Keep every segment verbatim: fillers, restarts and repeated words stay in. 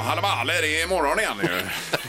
hallå, det är morgon igen nu.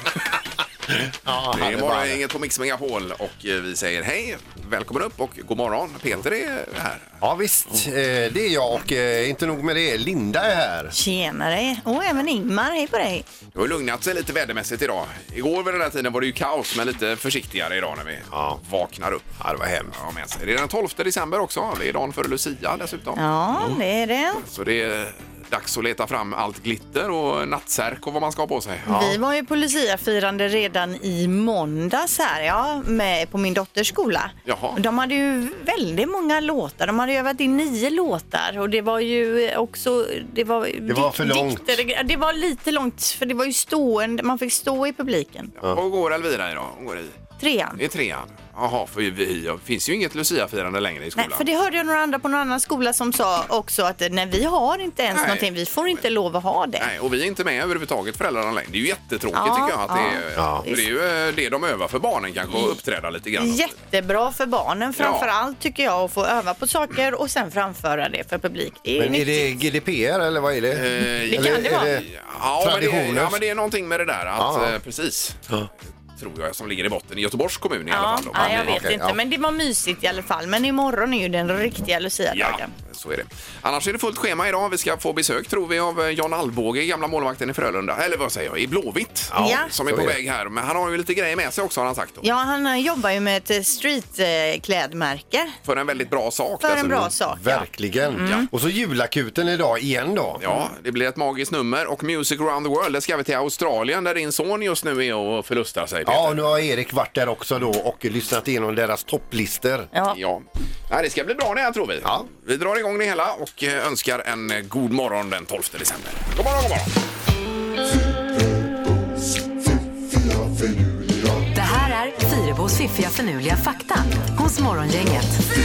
Ja visst, eh, det är jag och eh, inte nog med det, Linda är här. Tjenare, och även Ingmar, hej på dig. Det har lugnat sig lite vädermässigt idag. Igår vid den här tiden var det ju kaos, men lite försiktigare idag när vi ja. vaknar upp. Ja, det var hemskt. Ja, med sig. Det är den tolfte december också, det är dagen före Lucia dessutom. Ja, det är det. Så det är dags att leta fram allt glitter och nattsärk och vad man ska ha på sig. Ja. Vi var ju på Lucia-firande redan i måndags här, ja, med på min dotters skola. Jaha. De hade ju väldigt många låtar. De hade övat in nio låtar och det var ju också... Det var, det var för långt. Dikter, det var lite långt, för det var ju stående. Man fick stå i publiken. Ja. Vad går Elvira idag? Hon går i trean. Det är trean. Jaha, för vi finns ju inget Lucia-firande längre i skolan. Nej, för det hörde jag några andra på någon annan skola som sa också att nej, vi har inte ens nej. någonting, vi får inte lov att ha det. Nej, och vi är inte med överhuvudtaget föräldrarna längre. Det är ju jättetråkigt ja, tycker jag att ja. det är. Ja. För det är ju det de övar för barnen kanske, att uppträda lite grann. Jättebra för barnen framförallt ja. tycker jag, att få öva på saker och sen framföra det för publik. Det är men är det G D P R eller vad är det? Eh, det kan eller, det vara. Det ja, traditioner? Men det är, ja, men det är någonting med det där att, ja. eh, precis. Ja. Tror jag, som ligger i botten i Göteborgs kommun i ja, alla fall. Då. Ja, jag vet okay, inte, ja. men det var mysigt i alla fall. Men imorgon är ju den riktiga Lucia-dagen. Ja, så är det. Annars är det fullt schema idag. Vi ska få besök, tror vi, av Jan Alvbåge, gamla målvakten i Frölunda. Eller vad säger jag, i Blåvitt. Ja. Som är på väg här. Men han har ju lite grejer med sig också, har han sagt. Då. Ja, han jobbar ju med ett streetklädmärke. För en väldigt bra sak. För en bra sak, ja. Verkligen. Mm. Ja. Och så julakuten idag igen då. Ja, det blir ett magiskt nummer. Och Music Around the World, det ska vi till Australien där din son just nu är och förlustar sig, Peter. Ja, nu har Erik varit där också då och lyssnat igenom deras topplistor. Ja. ja. Nej, det ska bli bra det här, tror vi. Ja. Vi drar igång det hela och önskar en god morgon den tolfte december. God morgon, god morgon. Det här är Fyrebos fiffiga förnuliga fakta hos Morgongänget.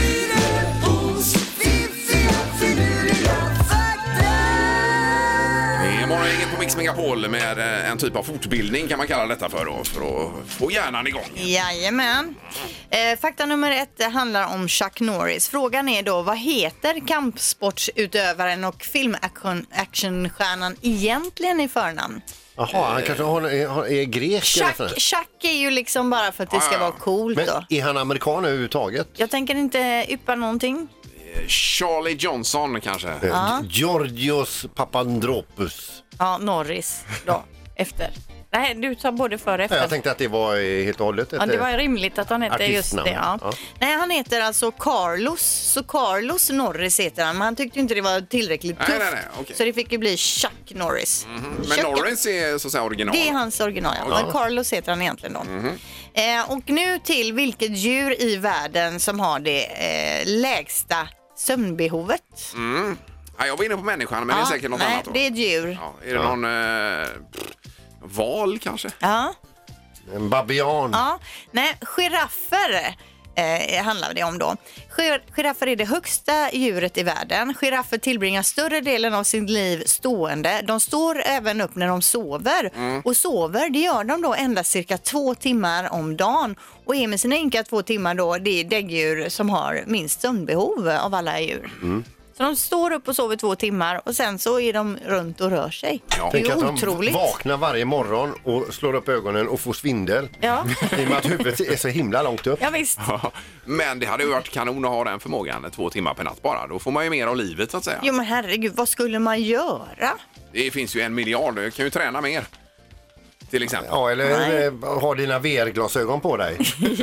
Morgongänget på Mix Megapol med en typ av fortbildning kan man kalla detta för då, för att få hjärnan igång. Jajamän. Eh, fakta nummer ett handlar om Chuck Norris. Frågan är då, vad heter kampsportsutövaren och filmactionstjärnan egentligen i förnamn? Jaha, han kanske har, är, är grek. Chuck, Chuck är ju liksom bara för att det ska ah, vara coolt. Men då. Är han amerikan överhuvudtaget? Jag tänker inte yppa någonting. Charlie Johnson kanske. Ja. Georgios Papandropoulos. Ja, Norris då, efter. Nej, du tar både före och efter. Jag tänkte att det var helt och hållet ett ja, det var rimligt att han hette just det. Ja. Ja. Nej, han heter alltså Carlos. Så Carlos Norris heter han. Men han tyckte inte det var tillräckligt tufft. Nej, nej, nej. Okay. Så det fick ju bli Chuck Norris. Mm-hmm. Men Chuck, Norris är så att säga original. Det är hans original, ja. Men Carlos heter han egentligen då. Mm-hmm. eh, och nu till vilket djur i världen som har det eh, lägsta sömnbehovet. Mm. Ja, jag var inne på människan, men ja, det är säkert något nej, annat då. Det är ett djur. Ja, är det ja. någon eh, val kanske? Ja. En babian. Ja. Nej, giraffer eh, handlar det om då. Gir- giraffer är det högsta djuret i världen. Giraffer tillbringar större delen av sitt liv stående. De står även upp när de sover. Mm. Och sover, det gör de då endast cirka två timmar om dagen. Och är med sina ynka två timmar då, det är däggdjur som har minst sömnbehov av alla djur. Mm. Så de står upp och sover två timmar och sen så är de runt och rör sig. Ja. Det är ju otroligt. De vaknar varje morgon och slår upp ögonen och får svindel. Ja. I och med att huvudet är så himla långt upp. Ja, visst. Ja, men det hade ju varit kanon att ha den förmågan två timmar per natt bara. Då får man ju mer av livet så att säga. Jo men herregud, vad skulle man göra? Det finns ju en miljard, du kan ju träna mer. Till exempel. Ja, eller ha dina V R-glasögon på dig.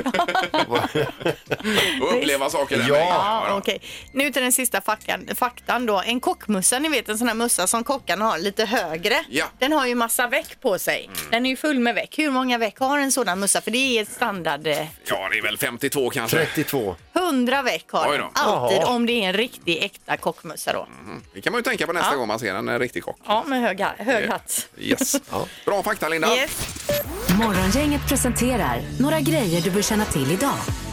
Och uppleva saker där. Ja, ja, ja. Okej. Nu till den sista faktan, faktan då. En kockmussa, ni vet en sån här mussa som kockarna har lite högre. Ja. Den har ju massa veck på sig. Mm. Den är ju full med veck. Hur många veck har en sådan mussa? För det är ett standard... Ja, det är väl femtiotvå kanske. trettiotvå. hundra veck har den. Alltid. Jaha. Om det är en riktig äkta kockmussa då. Mm. Det kan man ju tänka på nästa ja. gång man ser en riktig kock. Ja, med hög, hög hatt. Yes. Ja. Bra fakta, Linda. Yes. Morgongänget presenterar några grejer du bör känna till idag.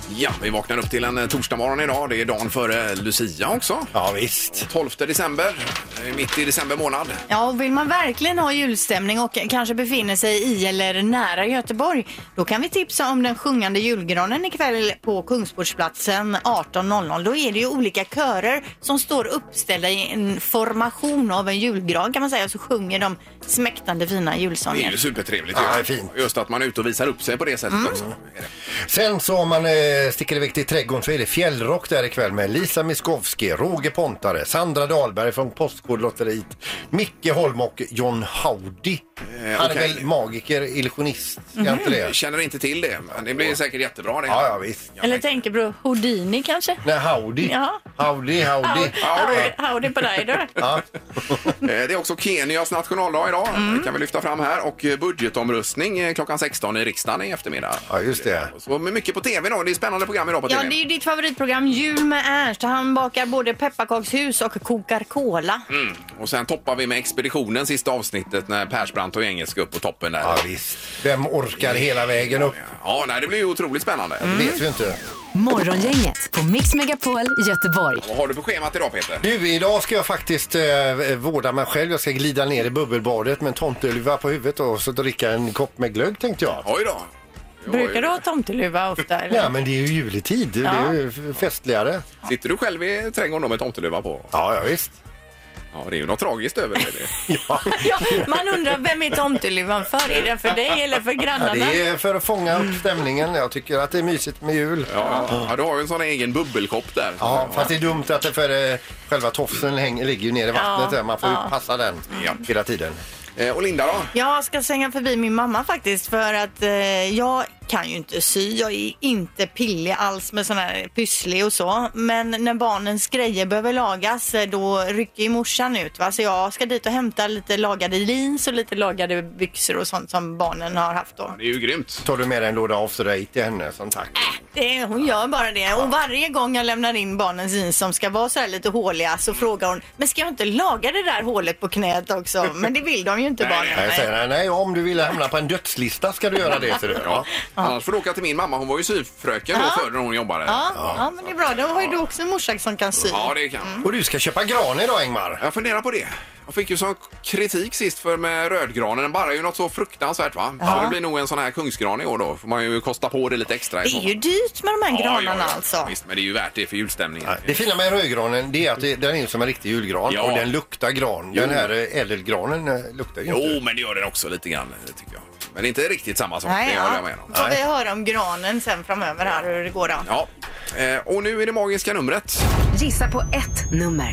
Ja, vi vaknar upp till en torsdagmorgon idag. Det är dagen före Lucia också. Ja, visst. tolfte december, mitt i december månad. Ja, och vill man verkligen ha julstämning och kanske befinner sig i eller nära Göteborg, då kan vi tipsa om den sjungande julgranen ikväll på Kungsportsplatsen arton noll noll. Då är det ju olika körer som står uppställda i en formation av en julgran kan man säga, och så sjunger de smäktande fina Det är julsånger. ju supertrevligt. Ja, det är fint. Just att man är ute och visar upp sig på det sättet Mm. också. Sen så om man eh, sticker iväg till trädgården så är det fjällrock där ikväll med Lisa Miskovsky, Roger Pontare, Sandra Dahlberg från Postkodlotteriet, Micke Holm och John Howdy. Eh, Han är okej. väl magiker, illusionist, ska inte det? Jag känner inte till det, men det blir säkert jättebra det. Ja, ja, visst. Eller tänker på Houdini kanske? Nej, Howdy. Ja. Howdy, Howdy. Howdy, howdy på dig då. Ja. Eh, Det är också Kenias nationaldag idag. Mm. Det kan vi lyfta fram här. Och eh, budgetomröstning eh, klockan sexton i riksdagen i eftermiddag. Ja, just det. Så med mycket på tv då. Det är spännande program idag på Ja, tv. det är ju ditt favoritprogram Jul med Ernst. Han bakar både pepparkakshus och kokar cola. Mm. Och sen toppar vi med Expeditionen sista avsnittet när Persbrandt och Engel ska upp på toppen där. Ja, visst. Vem orkar hela vägen upp? Ja, nej, det blir ju otroligt spännande. Det vet vi inte. Morgongänget på Mix Megapol Göteborg. Vad har du på schemat idag, Peter? Du, idag ska jag faktiskt eh, vårda mig själv. Jag ska glida ner i bubbelbadet med en tomteluva på huvudet och så dricka en kopp med glögg, tänkte jag. Oj då. Oj Brukar du då. ha tomteluva ofta? Eller? Ja, men det är ju juletid. Det är ju festligare. Sitter du själv i trädgården då med tomteluva på? Ja, ja visst. Ja, det är ju något tragiskt över det. Ja. Ja, man undrar vem är tomteluvan för? Är det för dig eller för Ja, grannarna? det är för att fånga upp stämningen. Jag tycker att det är mysigt med jul. Ja, ja, du har ju en sån egen bubbelkopp där. Ja, fast det är dumt att det för eh, själva tofsen hänger, ligger ju nere i vattnet. Ja, där. Man får ju ja. passa den Ja. hela tiden. Eh, Och Linda då? Jag ska svänga förbi min mamma faktiskt för att eh, jag kan ju inte sy. Jag är inte pillig alls med sån här pysslig och så. Men när barnens grejer behöver lagas eh, då rycker ju morsan ut. Va? Så jag ska dit och hämta lite lagade jeans och lite lagade byxor och sånt som barnen har haft då. Det är ju grymt. Tar du med dig en låda After Eight till henne som tack? Det, hon gör bara det. Och varje gång jag lämnar in barnens jeans som ska vara så här lite håliga så frågar hon, men ska jag inte laga det där hålet på knät också? Men det vill de ju inte, barnen. Nej, jag säger, nej, nej, om du vill hamna på en dödslista ska du göra det. För det. Ja. Annars får du åka till min mamma. Hon var ju syfröken Ja. då förr när hon jobbade. Ja, ja, men det är bra. Då har ju du också en morsa som kan sy. Ja, det kan. Och du ska köpa gran idag, Ingmar. Jag funderar på det. Jag fick ju sån kritik sist för med rödgranen. Den bara är ju något så fruktansvärt, va? Så det blir nog en sån här kungsgran i år då. Får man ju kosta på det lite extra. Det är ju dyrt med de här granarna alltså. Visst, men det är ju värt det för julstämningen. Det fina med rödgranen det är att det, den är som en riktig julgran Ja. och den luktar gran. Den här eh, ädelgranen eh, luktar ju inte. Jo, men det gör den också lite grann, det tycker jag. Men det är inte riktigt samma sak, Nej, det håller ja. jag med om. Får vi höra om granen sen framöver här hur det går då. Ja, eh, och nu är det magiska numret. Gissa på ett nummer.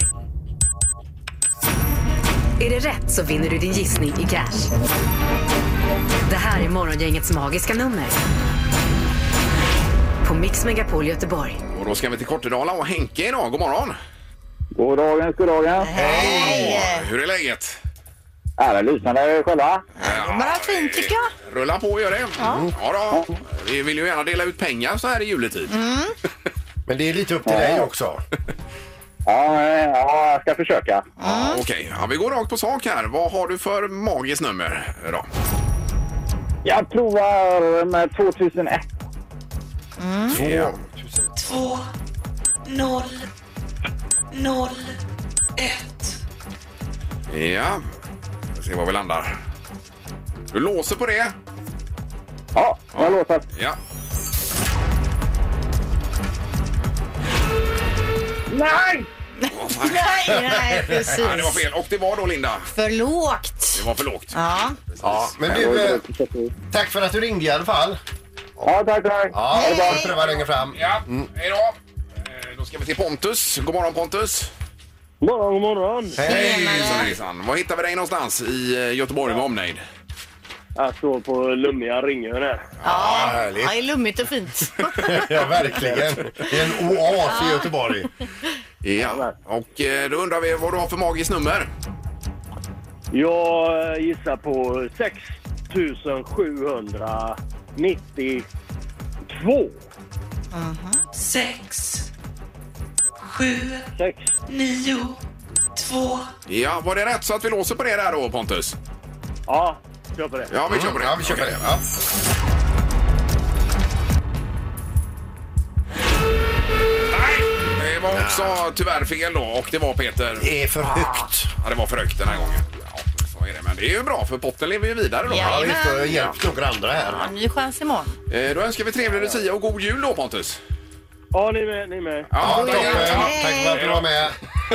Är det rätt så vinner du din gissning i cash. Det här är Morgongängets magiska nummer. På Mix Megapol Göteborg. Och då ska vi till Kortedala och Henke idag. God morgon! God dagen, god dagen. Hej! Hur är läget? Är det lysande själva? Det är bara fint tycker jag. Rulla på och gör det. Ja. Ja då. Vi vill ju gärna dela ut pengar så här i juletid. Men det är lite upp till dig också. Ja, ja, jag ska försöka. Ja, okej. Ja, vi går rakt på sak här. Vad har du för magiskt nummer då? Jag provar med tvåtusenett. Ja. Två, noll, noll, ett. Ja. Vi ska se var vi landar. Du låser på det. Ja, jag låter. Ja. Nej! Nej, nej, precis. Ja, det var fel. Och det var då, Linda. För lågt. Det var för lågt. Ja. Ja, men du, eh, tack för att du ringde i alla fall. Ja, tack, tack. Ja, det är bara att pröva längre fram. Ja, hej då. Eh, Då ska vi till Pontus. God morgon, Pontus. God morgon, god morgon. Hej! Hejsan, hejsan. Var hittar vi dig någonstans i eh, Göteborg med omnejd? Jag står på lummiga Ringön här. Ja, härligt. Ja, det är lummigt och fint. Ja, verkligen. Det är en oas i Göteborg. Ja. Och eh, då undrar vi vad du har för magiskt nummer. Jag gissar på sex tusen sjuhundranittiotvå. Sex, sju, Sex. nio, två. Ja, var det rätt så att vi låser på det där då, Pontus? Ja, kör på det. Ja, vi kör på det. Ja, vi kör på Okej. det. Ja. också tyvärr fel då och det var Peter. Det är för högt. Ja, det var för högt den här gången. Ja, så är det. Men det är ju bra för potten lever ju vidare då. Ja, Ja, visst, men- har hjälpt några andra här. Ja, ny chans imorgon. Eh, Då önskar vi trevlig Lucia och god jul då Pontus. Ja, ni är med, ni är med. Ja, Ja, toppen. Hej. Tack för att du var med.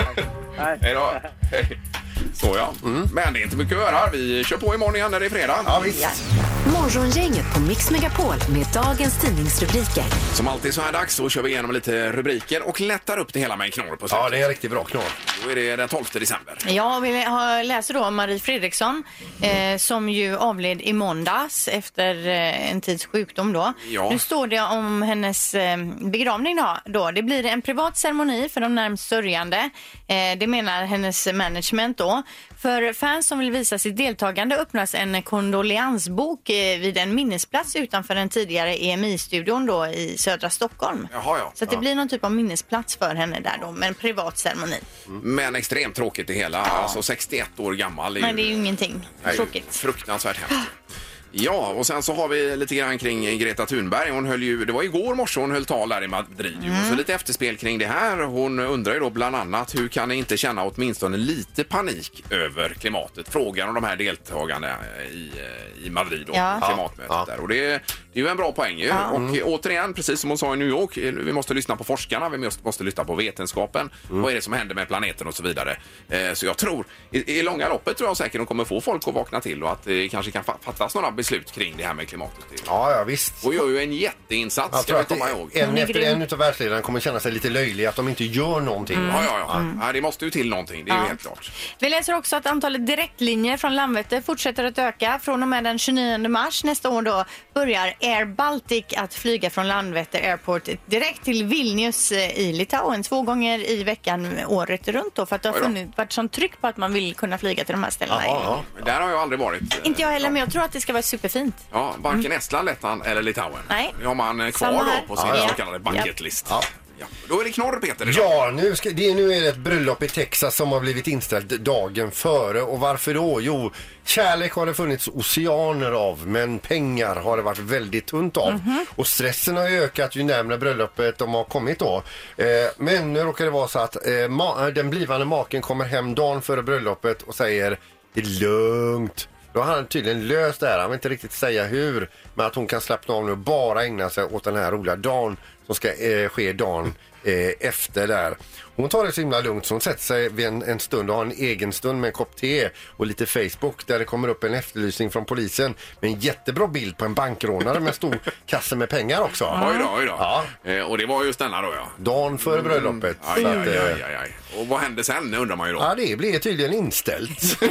Hej då. Hej. Så ja. Men det är inte mycket att höra. Vi kör på imorgon igen när det är fredag. Ja, visst. Morgongänget på Mix Megapol med dagens tidningsrubriker. Som alltid så här dags så kör vi igenom lite rubriker och lättar upp det hela med en knorr på slutet. Ja, det är en riktigt bra knorr. Då är det den tolfte december. Jag vill ha, läser då om Marie Fredriksson eh, som ju avled i måndags efter eh, en tids sjukdom då. Ja. Nu står det om hennes eh, begravning då, då. Det blir en privat ceremoni för de närmast sörjande. Eh, det menar hennes management då. För fans som vill visa sitt deltagande öppnas en kondoleansbok eh, vid en minnesplats utanför den tidigare E M I-studion då i södra Stockholm. Jaha, ja. Så att det blir någon typ av minnesplats för henne där då med en privat ceremoni. Men extremt tråkigt det hela. Alltså sextioett år gammal. Är Men det är ju ingenting Nej, tråkigt. fruktansvärt hemskt. Ja, och sen så har vi lite grann kring Greta Thunberg. Hon höll ju, det var igår morse hon höll tal där i Madrid. Mm. Så lite efterspel kring det här. Hon undrar ju då bland annat hur kan ni inte känna åtminstone lite panik över klimatet? Frågan om de här deltagarna i, i Madrid då, Ja. klimatmötet Ja. där. Och det, det är ju en bra poäng ju. Ja. Och återigen, precis som hon sa i New York, vi måste lyssna på forskarna, vi måste, måste lyssna på vetenskapen. Vad är det som händer med planeten och så vidare. Eh, så jag tror, i, i långa loppet tror jag säkert de kommer få folk att vakna till och att det kanske kan fattas några beslut kring det här med klimatet. Ja, ja, visst. Och gör ju en jätteinsats, Jag ska tror vi att komma det- ihåg. en Hon är efter grym. en utav världsledarna kommer känna sig lite löjlig att de inte gör någonting. Ja, ja, ja. ja. Det måste ju till någonting, det är ju Ja. helt klart. Vi läser också att antalet direktlinjer från Landvetter fortsätter att öka. Från och med den tjugonionde mars nästa år då börjar Air Baltic att flyga från Landvetter Airport direkt till Vilnius eh, i Litauen två gånger i veckan året runt då, för att det har Oj då. funnits, varit sån tryck på att man vill kunna flyga till de här ställena. Ja, ja. Men där har jag aldrig varit. Inte jag heller, men jag tror att det ska vara superfint. Ja, varken Estland, Lettland eller Litauen. Nej. Det har man eh, Samma kvar här. då på sin Ja, ja. så kallade bucket list. Ja. Ja. Då är det knorr, Peter. idag. Ja, nu, ska, det, nu är det ett bröllop i Texas som har blivit inställt dagen före. Och varför då? Jo, kärlek har det funnits oceaner av, men pengar har det varit väldigt tunt av. Mhm. Och stressen har ökat ju närmare bröllopet de har kommit då. Eh, men nu råkar det vara så att eh, ma- den blivande maken kommer hem dagen före bröllopet och säger det är lugnt. Då har han tydligen löst det här. Han vill inte riktigt säga hur. Men att hon kan slappna av nu och bara ägna sig åt den här roliga dagen som ska eh, ske dagen eh, efter där. Hon tar det så himla lugnt så hon sätter sig vid en, en stund och har en egen stund med en kopp te och lite Facebook där det kommer upp en efterlysning från polisen med en jättebra bild på en bankrånare med stor kasse med pengar också. Oj då, oj då. Ja. Eh, och det var just denna då, ja. Dagen före bröllopet. Aj, Så aj, att, aj, eh, aj, aj, aj. Och vad hände sen, undrar man ju då. ja, det blir tydligen inställt.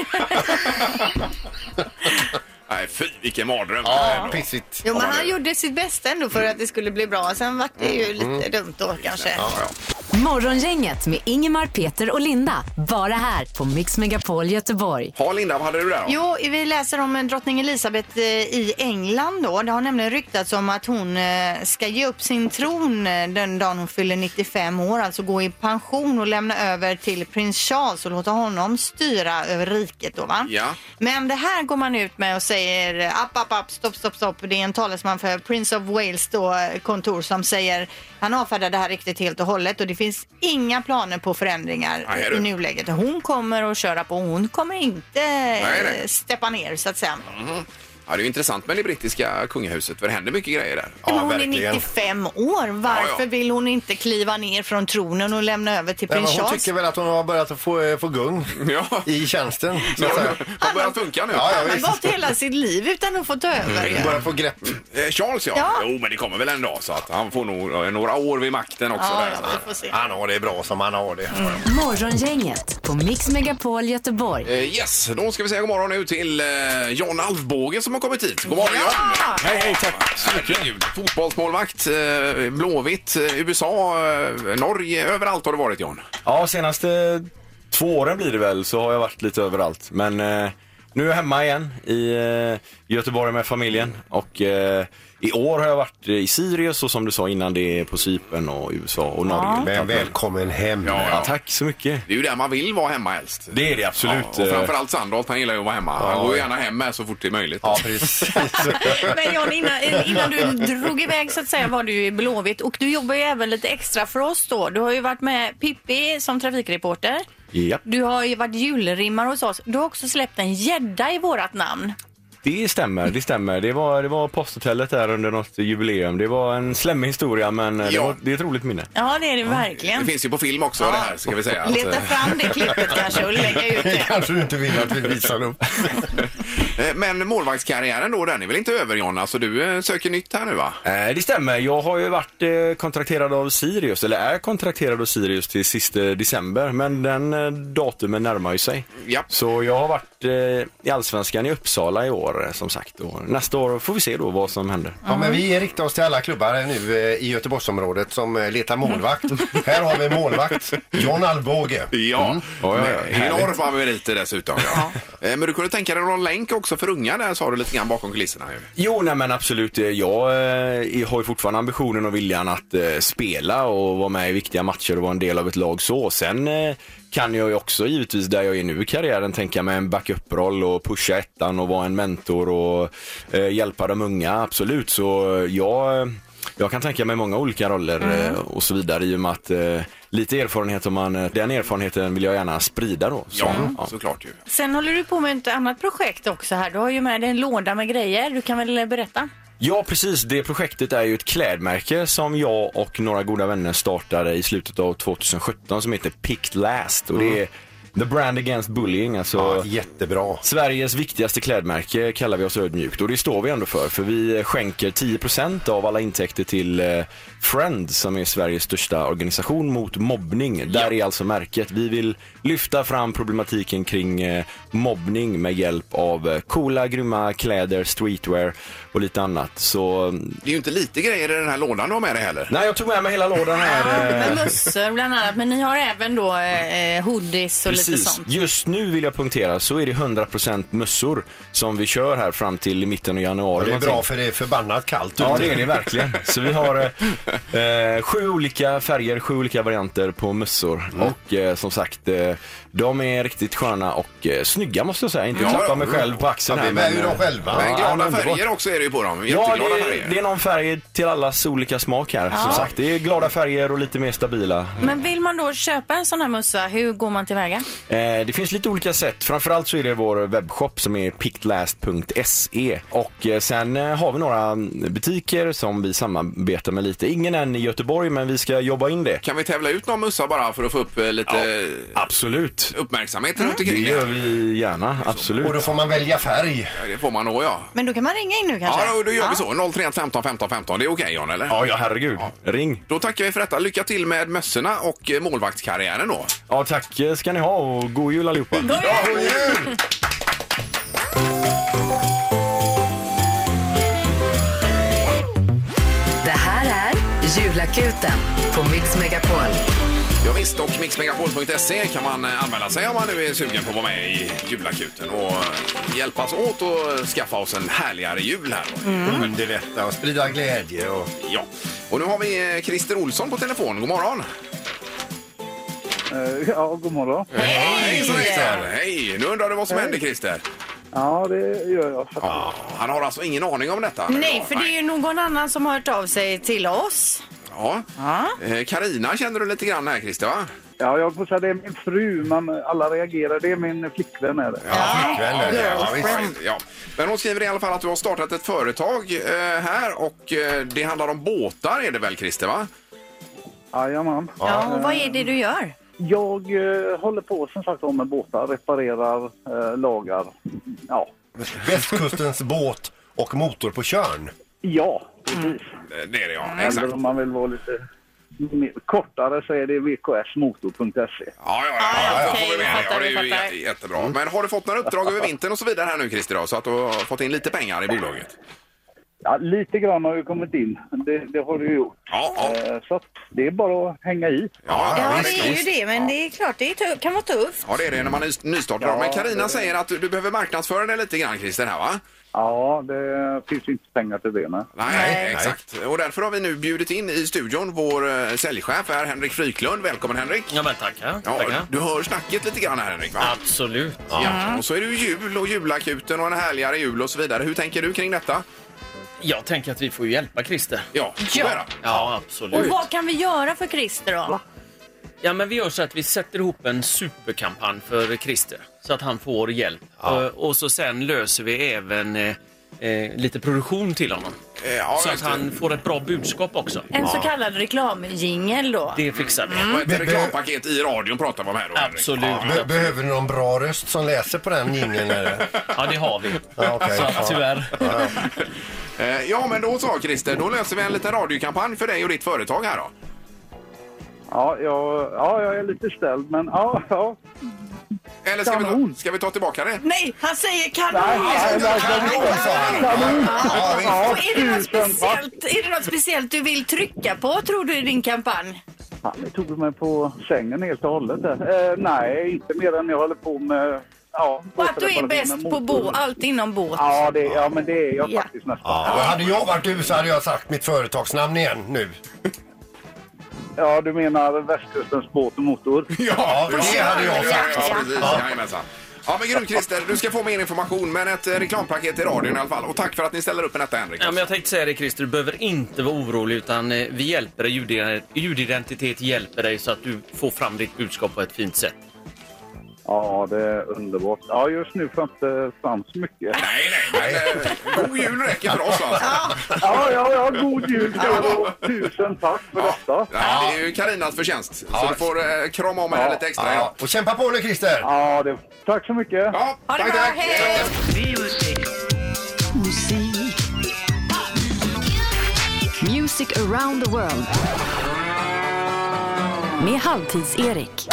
Nej, fy, vilken mardröm. Ja, Nej, pissigt. Jo, men Ja, han det- gjorde sitt bästa ändå för att det skulle bli bra. Sen var det ju lite dumt då kanske. Ja, ja. Morgongänget med Ingemar, Peter och Linda. Bara här på Mix Megapol Göteborg. Ja, Linda, vad hade du där då? Jo, vi läser om en drottning Elisabeth eh, i England då. Det har nämligen ryktats om att hon eh, ska ge upp sin tron eh, den dagen hon fyller nittiofem år. Alltså gå i pension och lämna över till prins Charles och låta honom styra över riket då, va? Ja. Men det här går man ut med och säger app, app, app, stopp, stopp, stopp. Det är en talesman för Prince of Wales då, eh, kontor som säger han avfärdar det här riktigt helt och hållet och det finns inga planer på förändringar Nej, är det? i nuläget. Hon kommer att köra på, hon kommer inte Nej, nej. eh, steppa ner så att säga. Ja, det är ju intressant med det brittiska kungahuset för det händer mycket grejer där. Ja, men hon verkligen. är nittiofem år. Varför Ja, ja. vill hon inte kliva ner från tronen och lämna över till Nej, men prins hon Charles? tycker väl att hon har börjat att få, få gung Ja. i tjänsten. Så Ja, att säga. har börjat funka nu. Ja, ja, Han har visst. gått hela sitt liv utan att få ta över. ju. Börjar få grepp. Eh, Charles, ja. Ja. Jo, men det kommer väl en dag så att han får nog eh, några år vid makten också. Ja, där. ja, vi får se. Han har det bra som han har det. Morgongänget på Mix Megapol Göteborg. Eh, yes, då ska vi säga god morgon nu till eh, John Alfbåge som har kommit hit. God morgon, John! Hej, hej, tack så mycket. Herregud. Fotbollsmålvakt, eh, Blåvitt, eh, U S A, eh, Norge, överallt har det varit, John. Ja, senaste två åren blir det väl så har jag varit lite överallt. Men eh, nu är jag hemma igen i eh, Göteborg med familjen och eh, i år har jag varit i Sirius och som du sa innan det är på Cypern och U S A och Norge. Men välkommen hem. Ja, Ja, tack så mycket. Det är ju där man vill vara hemma helst. Det är det absolut. Ja, och framförallt Sandholt, han gillar ju att vara hemma. Han går gärna hem med så fort det är möjligt. Ja, precis. Men John, innan, innan du drog iväg så att säga var du ju i Blåvitt och du jobbar ju även lite extra för oss då. Du har ju varit med Pippi som trafikreporter. Japp. Du har ju varit julrimmar hos oss. Du har också släppt en gädda i vårat namn. Det stämmer, det stämmer. Det var, det var posthotellet där under något jubileum. Det var en slemmig historia, men det, Ja. var, det är ett roligt minne. Ja, det är det verkligen. Det finns ju på film också det här, ska vi säga. Att, Leta fram det klippet kanske och lägga ut Det det. kanske du inte vill att vi visar upp. eh, men målvaktskarriären då, den är väl inte över, John? Alltså du eh, söker nytt här nu, va? Eh, det stämmer. Jag har ju varit eh, kontrakterad av Sirius, eller är kontrakterad av Sirius till sista december, men den eh, datumen närmar ju sig. Ja. Så jag har varit eh, i Allsvenskan i Uppsala i år, eh, som sagt. Och nästa år får vi se då vad som händer. Ja, men vi riktar oss till alla klubbar nu eh, i Göteborgsområdet som eh, letar målvakt. Här har vi målvakt, John Alvbåge. Ja, Ja, ja, ja. med enorma meriter dessutom. Ja. Eh, Men du kunde tänka dig någon länk också för unga där, sa du lite grann bakom kulisserna. Ju. Jo, nej men absolut. Jag eh, har ju fortfarande ambitionen och viljan att eh, spela och vara med i viktiga matcher och vara en del av ett lag så. Sen eh, kan jag ju också givetvis där jag är nu i karriären tänka mig en backup-roll och pusha ettan och vara en mentor och eh, hjälpa de unga, absolut. Så jag, jag kan tänka mig många olika roller eh, och så vidare i och med att eh, lite erfarenhet om man, den erfarenheten vill jag gärna sprida då. Så, Ja, ja. såklart ju. Sen håller du på med ett annat projekt också här. Du har ju med dig en låda med grejer. Du kan väl berätta? Ja, precis. Det projektet är ju ett klädmärke som jag och några goda vänner startade i slutet av tjugohundrasjutton som heter Picked Last. Och det är The Brand Against Bullying, alltså Ja, jättebra. Sveriges viktigaste klädmärke kallar vi oss ödmjukt. Och det står vi ändå för, för vi skänker tio procent av alla intäkter till eh, Friends som är Sveriges största organisation mot mobbning. Där är alltså märket. Vi vill lyfta fram problematiken kring eh, mobbning med hjälp av eh, coola, grymma kläder, streetwear och lite annat. Så Det är ju inte lite grejer i den här lådan du har med dig heller. nej, jag tog med mig hela lådan här. Med eh, mössor bland annat. Men ni har även då eh, hoodies och lite Precis. sånt. Just nu vill jag punktera så är det hundra procent mössor som vi kör här fram till mitten av januari. Det är bra för det är förbannat kallt. Ja, ute. det är det verkligen. Så vi har eh, sju olika färger, sju olika varianter på mössor. Mm. Och eh, som sagt, eh, de är riktigt sköna och eh, snygga måste jag säga. Inte Ja, klappa ja. mig själv på axeln Ja, här. vi är ju de själva. Men Ja, glada underbart. färger också är det ju på dem. Ja, Jätteglada det, färger. är- det är någon färg till allas olika smak här. Som sagt, det är glada färger och lite mer stabila. Men vill man då köpa en sån här mössa, hur går man tillväga? Eh, det finns lite olika sätt. Framförallt så är det vår webbshop som är pickedlast punkt se. Och eh, sen eh, har vi några butiker som vi samarbetar med lite. Ingen än i Göteborg, men vi ska jobba in det. Kan vi tävla ut någon mössa bara för att få upp eh, lite Absolut. uppmärksamhet runt Det omkring gör det? vi gärna, absolut. Och då får man välja färg. Ja, det får man nog, ja. Men då kan man ringa in nu kanske? Ja, då, då gör vi så. noll tre ett femton femton femton. Det är okej, John, eller? Ja, ja, herregud. Ring. Då tackar vi för detta. Lycka till med mössorna och eh, målvaktskarriären då. Ja, tack ska ni ha och god jul allihopa. God jul! Det här är Julakuten på Mix Megapol. Ja, visst, och mix megapol punkt se kan man eh, anmäla sig om man nu är sugen på att vara med i julakuten och eh, hjälpas åt och skaffa oss en härligare jul här då. Underlätta och sprida glädje. Och... Ja, och nu har vi eh, Christer Olsson på telefon. God morgon! Eh, Ja, god morgon. Hej! Christer! Hej! Nu undrar du vad som händer, Christer? Ja, det gör jag. Ja, han har alltså ingen aning om detta? Nej, för det är ju någon annan som har hört av sig till oss. Ja. Ja. Eh, Carina känner du lite grann här, Christer, va? Ja, jag får säga det är min fru, men alla reagerar. Det är min flickvän är det. Ja, flickvän är det. Ja, visst. Ja. Men hon skriver i alla fall att du har startat ett företag eh, här och eh, det handlar om båtar, är det väl, Christer, va? Jajamän. Ja, och vad är det du gör? Jag eh, håller på som sagt med båtar, reparerar, eh, lagar. Ja, Västkustens båt och motor på Tjörn. ja precis. Eh, Det är det, ja. Eller Exakt. om man vill vara lite mer, kortare så är det v k s motor punkt se. Ja, ja, ja, ja, Ja, ja, okej, får vi med vi det. fattar, Ja, det är vi ju fattar. jätte, jättebra. Men har du fått några uppdrag över vintern och så vidare här nu, Christer, då, så att du har fått in lite pengar i bolaget? Ja, lite grann har ju kommit in. Det, det har du gjort. Ja, ja. Eh, så att det är bara att hänga i. Ja, Ja, visst, det är ju visst. det, men det är klart, det är tu- kan vara tufft. Ja, det är det när man är nystartad. Ja, Men Carina det- säger att du, du behöver marknadsföra dig lite grann, Christer, här va? Ja, det finns inte pengar till det. Nej. Nej, Nej. exakt. Och därför har vi nu bjudit in i studion vår eh, säljchef här, Henrik Fryklund. Välkommen Henrik. Ja, men tackar. Ja, tackar. du hör snacket lite grann här, Henrik, va? Absolut. Ja. Och så är det ju jul och julakuten och en härligare jul och så vidare. Hur tänker du kring detta? Jag tänker att vi får hjälpa Christer. Ja, Ja. så är det. Ja, absolut. Och vad kan vi göra för Christer då? Ja, men vi gör så att vi sätter ihop en superkampanj för Christer så att han får hjälp. Och, och så sen löser vi även eh, eh, lite produktion till honom. Eh, Ja, Så att just det. han får ett bra budskap också. En så kallad reklamjingel då? Det fixar vi. Och ett reklampaket i radion pratar vi om här då, Henrik. Absolut. Be- behöver du någon bra röst som läser på den jingeln? Eller? Ja, det har vi. Ja, okej. Så Ja. att, tyvärr. Eh, Ja, men då så Christer, då löser vi en liten radiokampanj för dig och ditt företag här då. Ja, jag, ja, jag är lite ställd, men ja, ja. Eller ska vi, ta, Kanon. ska vi ta tillbaka det? Nej, han säger kanon! Nej, nej, nej, Kanon, sa han. Ja, Och är det, något tusen tack. speciellt, är det något speciellt du vill trycka på, tror du, i din kampanj? Ja, ni tog mig på sängen helt och hållet där. Eh, nej, inte mer än jag håller på med... Ja, Och att du är båtreparationer, bäst på motor. båt, allt inom båt. Ja, det, ja, men det är jag Ja. faktiskt nästan. Ja, och hade jag varit du så hade jag sagt mitt företagsnamn igen nu. Ja, du menar västkustens båt och motor? Ja, det hade jag sagt. Ja, precis. Jajamensan. Ja, men grymt Christer, du ska få mer information, men ett eh, reklampaket i radion i alla fall. Och tack för att ni ställer upp med detta, Henrik. Ja, men jag tänkte säga det, Christer, du behöver inte vara orolig, utan eh, vi hjälper dig. Ljudident- Ljudidentitet hjälper dig så att du får fram ditt budskap på ett fint sätt. Ja, det är underbart. Ja, just nu får jag inte fram så mycket. Nej, nej, men eh, god jul räcker för oss alltså. Ja, ja, ja, god jul och tusen tack för detta. Nej, det är ju Karinas förtjänst. Så du får eh, krama om henne lite extra Ja, idag. och kämpa på nu Christer! Ja, det, tack så mycket. Ja, Ha det tack, bra, tack. hej! Music around the world. Med Halvtids-Erik.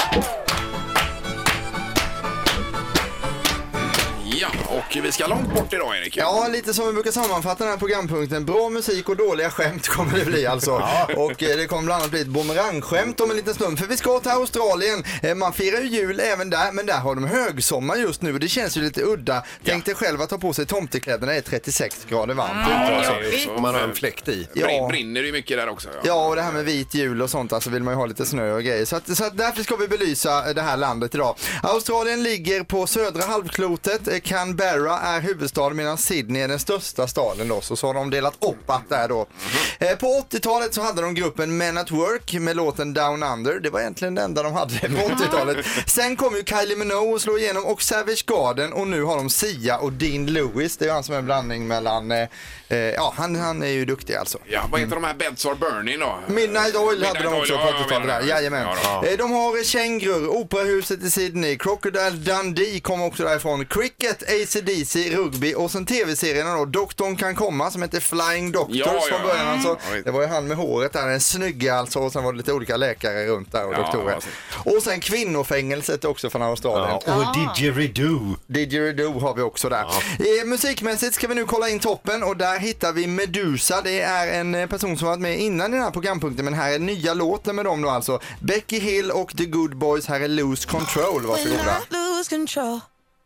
Ja, och vi ska långt bort idag, Erik. Ja, lite som vi brukar sammanfatta den här programpunkten. Bra musik och dåliga skämt kommer det bli alltså. Och eh, det kommer bland annat bli ett boomerangskämt om en liten stund. För vi ska till Australien. Eh, man firar ju jul även där, men där har de högsommar just nu. Och det känns ju lite udda. Tänk dig själv att ta på sig tomtekläderna, det är trettiosex grader varmt. Ja, ute, ja, alltså. visst. Om man har en fläkt i. Ja. Brin, brinner det ju mycket där också. Ja. Ja, och det här med vit jul och sånt, alltså vill man ju ha lite snö och grejer. Så, att, så att därför ska vi belysa det här landet idag. Australien ligger på södra halvklotet. Eh, Canberra är huvudstaden medan Sydney är den största staden då. Så, så har de delat upp att där då. Eh, på åttiotalet så hade de gruppen Men at Work med låten Down Under. Det var egentligen det enda de hade på åttiotalet. Sen kom ju Kylie Minogue och slå igenom och Savage Garden och nu har de Sia och Dean Lewis. Det är ju han som är en blandning mellan, eh, eh, ja han, han är ju duktig alltså. Ja, vad heter de här Beds Are Burning då? Midnight Oil hade de Midnight också Oil, på ja, åttiotalet jag menar där. det. Jajamän. Ja, då. Eh, De har Kängurur, Operahuset i Sydney, Crocodile Dundee kom också därifrån, Cricket, A C D C, rugby och sen tv-serierna då, Doktorn kan komma som heter Flying Doctors Ja, ja, från ja. början alltså. Oj. Det var ju han med håret där, den snygga alltså, och sen var det lite olika läkare runt där och Ja, doktorer. alltså. Och sen kvinnofängelset också från Australien. Ja, och Didgeridoo. Didgeridoo har vi också där. Eh, musikmässigt ska vi nu kolla in toppen och där hittar vi Medusa. Det är en eh, person som varit med innan i den här programpunkten, men här är nya låten med dem då alltså. Becky Hill och The Good Boys, här är Lose Control. Varsågoda. Lose control.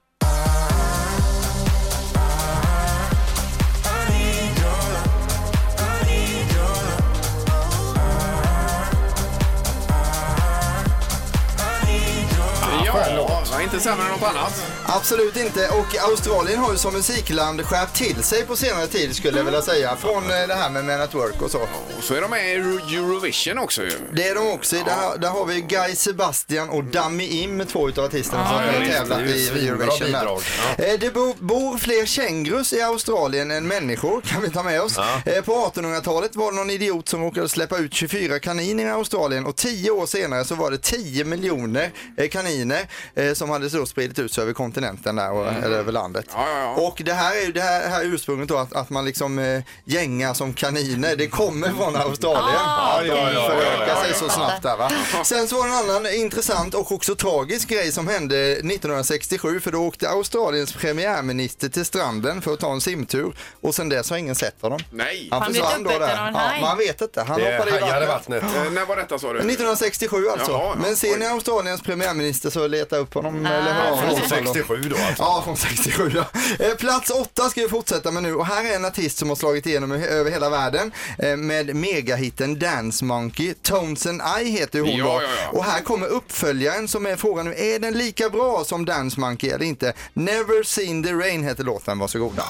Ja, ja, inte sämre än något annat. Absolut inte, och Australien har ju som musikland skärpt till sig på senare tid skulle jag vilja säga, från eh, det här med Men at Work och så. Och så är de med i Eurovision också ju. Det är de också. Där, där har vi Guy Sebastian och Dummy Im med två utav artisterna som har visst, tävlat det är ju i svinbra Eurovision. bidrag. Där. Eh, Det bor, bor fler kängurus i Australien än människor, kan vi ta med oss. Eh, På artonhundratalet var det någon idiot som råkade släppa ut tjugofyra kaniner i Australien och tio år senare så var det tio miljoner eh, kaniner eh, som hade så spridit ut sig över kontinenten där och, eller över landet. Ja, ja, ja. Och det här är ju det här, här ursprunget då att, att man liksom eh, gängar som kaniner. Det kommer från Australien. Ah, Att de okej. förökar sig sig så snabbt där va. Sen så var det en annan intressant och också tragisk grej som hände nittonhundrasextiosju, för då åkte Australiens premiärminister till stranden för att ta en simtur och sen dess har ingen sett honom. Nej. Han Han försvann blev då där. uppäten av en Ja, haj. man vet inte. Han Det hoppade i hajade vattnet. vattnet. Eh, när var detta sa du? nittonhundrasextiosju alltså. Jaha, ja. Men ser ni Australiens premiärminister så leta upp honom. Eller hör honom. Från sextiosju då alltså. Ja, från sextiosju. Ja. Eh, Plats åtta ska vi fortsätta med nu och här är en artist som har slagit igenom i- över hela världen eh, med megahitten Dance Monkey. Tones and I heter ju hon Ja, då. ja, ja. Och här kommer uppföljaren som är frågan nu, är den lika bra som Dance Monkey eller inte? Never Seen the Rain heter låten, varsågoda.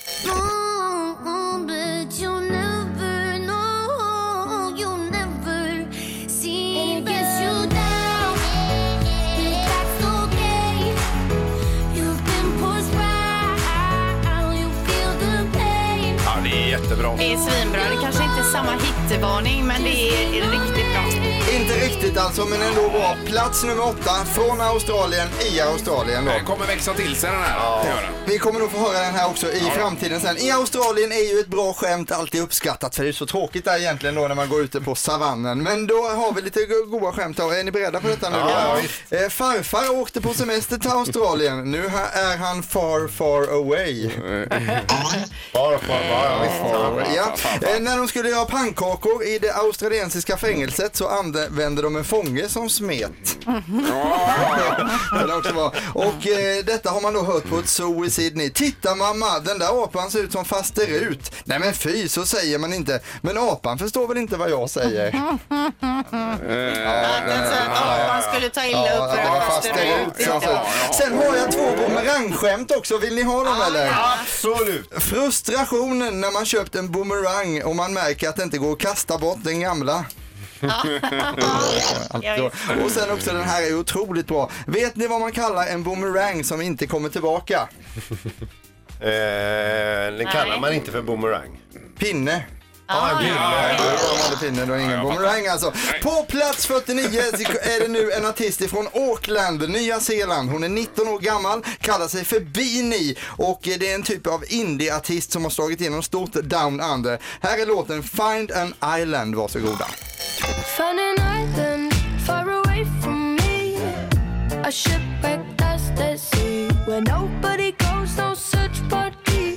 Ja, det är jättebra. Det är svinbra. Det kanske inte är samma hitvarning, men det är riktigt bra. Inte riktigt alltså, men ändå bra. Plats nummer åtta från Australien i Australien då. Den kommer växa till sig den här. Ja. Vi kommer nog få höra den här också i framtiden sen. I Australien är ju ett bra skämt alltid uppskattat, för det är så tråkigt där egentligen då när man går ute på savannen. Men då har vi lite go- goda skämt då. Är ni beredda på detta nu då? Ja, eh, farfar åkte på semester till Australien. Nu ha- är han far, far away. Bara för, bara, visst. Ja. Eh, när de skulle göra pannkakor i det australiensiska fängelset så använde de en fånge som smet. Det är också bra. Och eh, detta har man då hört på ett zoo i Sydney. Titta mamma, den där apan ser ut som faster ut. Nej men fy, så säger man inte. Men apan förstår väl inte vad jag säger. Att man skulle ta illa upp för Ja, att faster faster ut. ut. Så, så. Sen har jag två boomerangskämt också. Vill ni ha dem eller? Absolut. Frustrationen när man köpt en boomerang och man märker att det inte går att kasta bort den gamla. Alltså. Och sen också den här är otroligt bra. Vet ni vad man kallar en boomerang som inte kommer tillbaka? Eh, den kallar man inte för boomerang. Pinne. Ja, en pinne. Ja, det var en vanlig pinne, då, ingen boomerang alltså. På plats fyrtionio är det nu en artist från Auckland, Nya Zeeland. Hon är nitton år gammal, kallar sig för Beanie och det är en typ av indie-artist som har slagit igenom stort down under. Här är låten Find an Island, varsågoda. Find an island far away from me, a shipwreck past the sea, where nobody goes, no search party,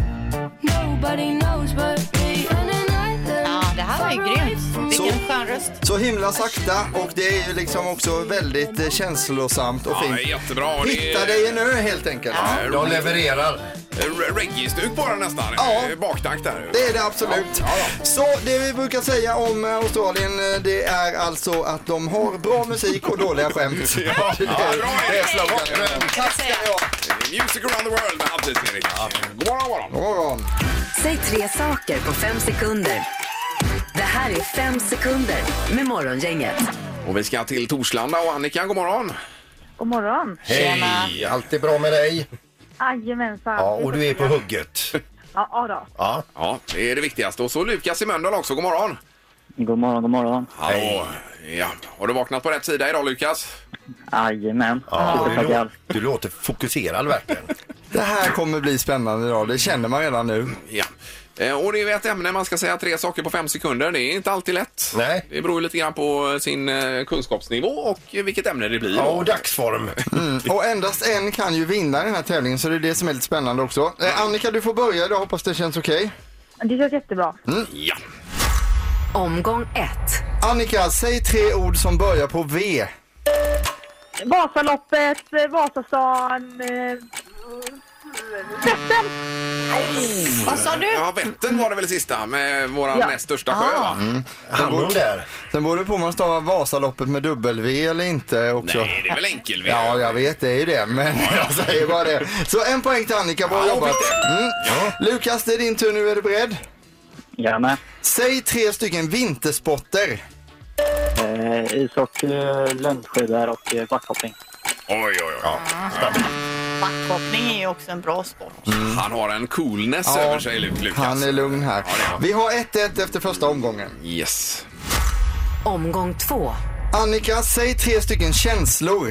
nobody knows but me. Find an island. Ja, det här var ju grymt. Vilken skön röst. Så himla sakta och det är ju liksom också väldigt eh, känslosamt och Ja, fint. det är jättebra. Det är- Hitta dig en ö helt enkelt. De levererar. Eh, Reggae-stuk bara nästan. Ja. Eh, Baktakt där. Det är det absolut. Så det vi brukar säga om eh, Australien eh, det är alltså att de har bra musik och dåliga skämt. Ja, ja, bra. Det är sloganen. Tack ska ni ha. Music around the world med Halvtids-Erik. God morgon, god morgon. God morgon. Säg tre saker på fem sekunder. Det här är fem sekunder med Morgongänget. Och vi ska till Torslanda och Annika, god morgon. God morgon. Hej, allt är bra med dig? Jajamensan. Ja, och du är på hugget. Ja, ja då. Ja. Ja, det är det viktigaste. Och så Lukas i Mölndal också, god morgon. God morgon, god morgon. Hallå. Ja. Har du vaknat på rätt sida idag, Lukas? Jajamän. Ja, du, lå- du låter fokuserad verkligen. Det här kommer bli spännande idag, det känner man redan nu. Ja. Eh, Och det är ett ämne, man ska säga tre saker på fem sekunder. Det är inte alltid lätt. Nej. Det beror lite grann på sin eh, kunskapsnivå och vilket ämne det blir. Ja, då. och dagsform. Mm. Och endast en kan ju vinna den här tävlingen så det är det som är lite spännande också. Eh, Annika, du får börja idag, hoppas det känns okej. Det känns jättebra. Ja. Omgång ett. Annika, säg tre ord som börjar på V. Vasaloppet, Vasastan, eh, Vättern. Vad sa du? Ja, Vättern var det väl sista med våran Ja. näst största sjö, va? Mm. Hamnade där. Sen beror det på om man stavar Vasaloppet med W eller inte också. Nej, det är väl enkel V. Ja, jag vet, det är ju det, men jag säger bara det. Så en poäng till Annika, bra Ja, jobbat. bra. Mm. Lukas, det är din tur nu, är du beredd? Gärna. Säg tre stycken vintersporter. Eh, ishockey, längdskidor och eh, backhoppning. Oj, oj, oj. Ja. Backhoppning är ju också en bra sport. Han har en coolness Ja, över sig, Lu- Lukas. Han är lugn här. Ja, det är han. Vi har ett ett efter första omgången. Yes. Omgång två. Annika, säg tre stycken känslor.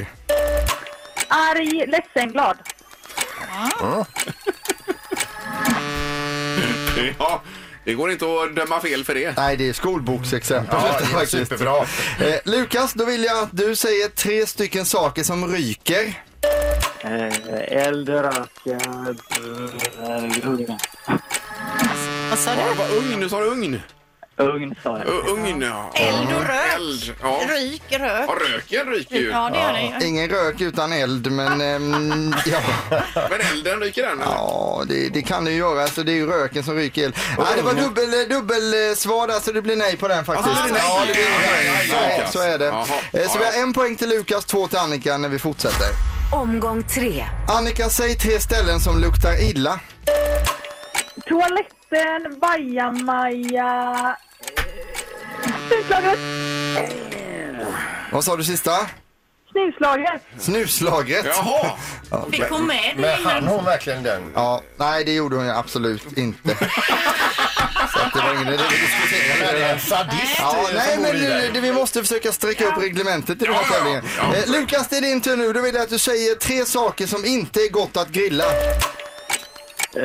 Arg, ledsen, glad. Ja, Det går inte att döma fel för det. Nej, det är skolboksexempel. Ja, det är superbra. Eh, Lukas, då vill jag att du säger tre stycken saker som ryker. Eh, eld, rök, eh, ugn. Vad sa Ja, du? det var ugn, nu sa du ugn. Ugn sa jag. Ö, ugn, ja. Eld och rök. Eld, ja. Ryk, rök. Ja, röken ryker ju. Ja, det gör det ju. Ingen rök utan eld, men ehm, ja. Men elden ryker den, eller? Ja, det, det kan det ju göra. Alltså, det är ju röken som ryker eld. Nej, det var dubbel, dubbel svar där, så det blir nej på den faktiskt. Alltså, det blir nej. Ja, det blir nej. Ja, ja, ja, Nej, så är det. Jaha. Eh, Så vi har en poäng till Lukas, två till Annika när vi fortsätter. Omgång tre. Annika, säg tre ställen som luktar illa. Toaletten, bajamaja, snuslagret, Vad sa du sista? snuslagret. Snuslagret. Jaha. Fick hon med det? Men hann hon verkligen den? Ja, nej, det gjorde hon ju absolut inte. Så att det var ingen idé att diskutera Det är det. en sadist Ja, som nej, bor men i det, dig. det, vi måste försöka sträcka upp reglementet i den här Ja, ja, tävlingen. ja. Eh, Lukas, det är din tur nu. Då vill jag att du säger tre saker som inte är gott att grilla. Eh,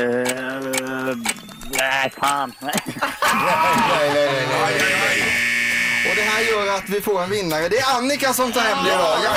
nej, fan. Nej, nej, nej, nej, nej. Och det här gör att vi får en vinnare. Det är Annika som tar hem det idag. Ja.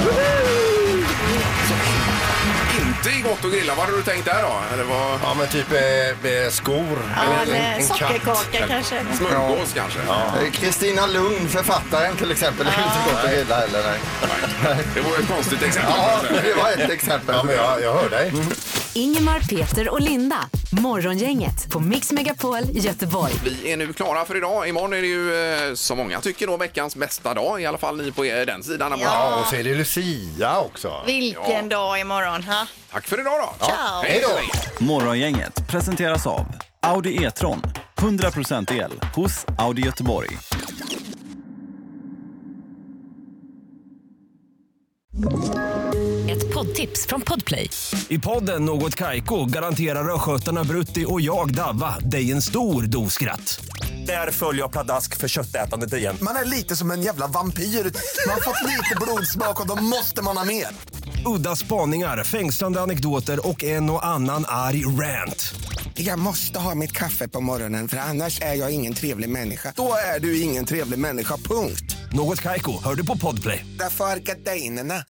Inte i gott att grilla. Vad hade du tänkt där då? Eller vad? Ja, men typ eh, eh, skor. Ja, En- eller en katt. sockerkaka kanske. Smörgås kanske? Eh, Kristina Lund, författaren till exempel. Det är inte gott att grilla heller. Nej. Det var ett konstigt exempel. Ja, det var ett exempel. Ja, men jag, jag hör dig. Ingemar, Peter och Linda. Morgongänget på Mix Megapol Göteborg. Vi är nu klara för idag. Imorgon är det ju, eh, som många tycker, då veckans bästa dag. I alla fall ni på er- den sidan. Ja. Ja, och så är det Lucia också. Vilken dag imorgon, ha? Tack för idag då. Ciao. Hej då. Morgongänget presenteras av Audi E-tron. hundra procent el hos Audi Göteborg. Ett poddtips från Podplay. I podden Något Kaiko garanterar östgötarna Brutti och jag Davva dig en stor dos skratt. Där följer jag pladask för köttätandet igen. Man är lite som en jävla vampyr. Man har fått lite blodsmak och då måste man ha mer. Udda spaningar, fängslande anekdoter och en och annan arg rant. Jag måste ha mitt kaffe på morgonen för annars är jag ingen trevlig människa. Då är du ingen trevlig människa, punkt. Något Kaiko, hör du på Podplay. Därför är gardinerna.